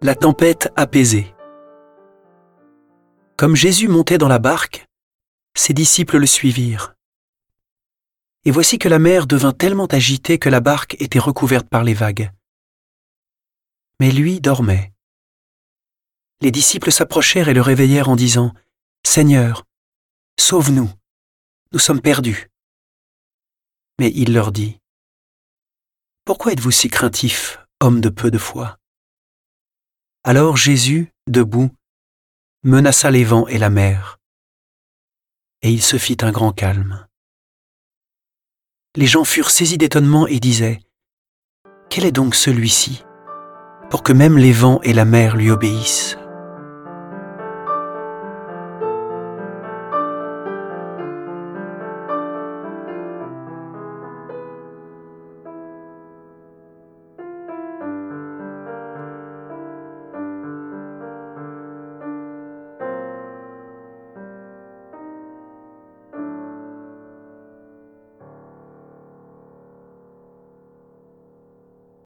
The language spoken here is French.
La tempête apaisée. Comme Jésus montait dans la barque, ses disciples le suivirent. Et voici que la mer devint tellement agitée que la barque était recouverte par les vagues. Mais lui dormait. Les disciples s'approchèrent et le réveillèrent en disant « Seigneur, sauve-nous, nous sommes perdus. » Mais il leur dit « Pourquoi êtes-vous si craintifs, hommes de peu de foi ?» Alors Jésus, debout, menaça les vents et la mer, et il se fit un grand calme. Les gens furent saisis d'étonnement et disaient « Quel est donc celui-ci, pour que même les vents et la mer lui obéissent ?»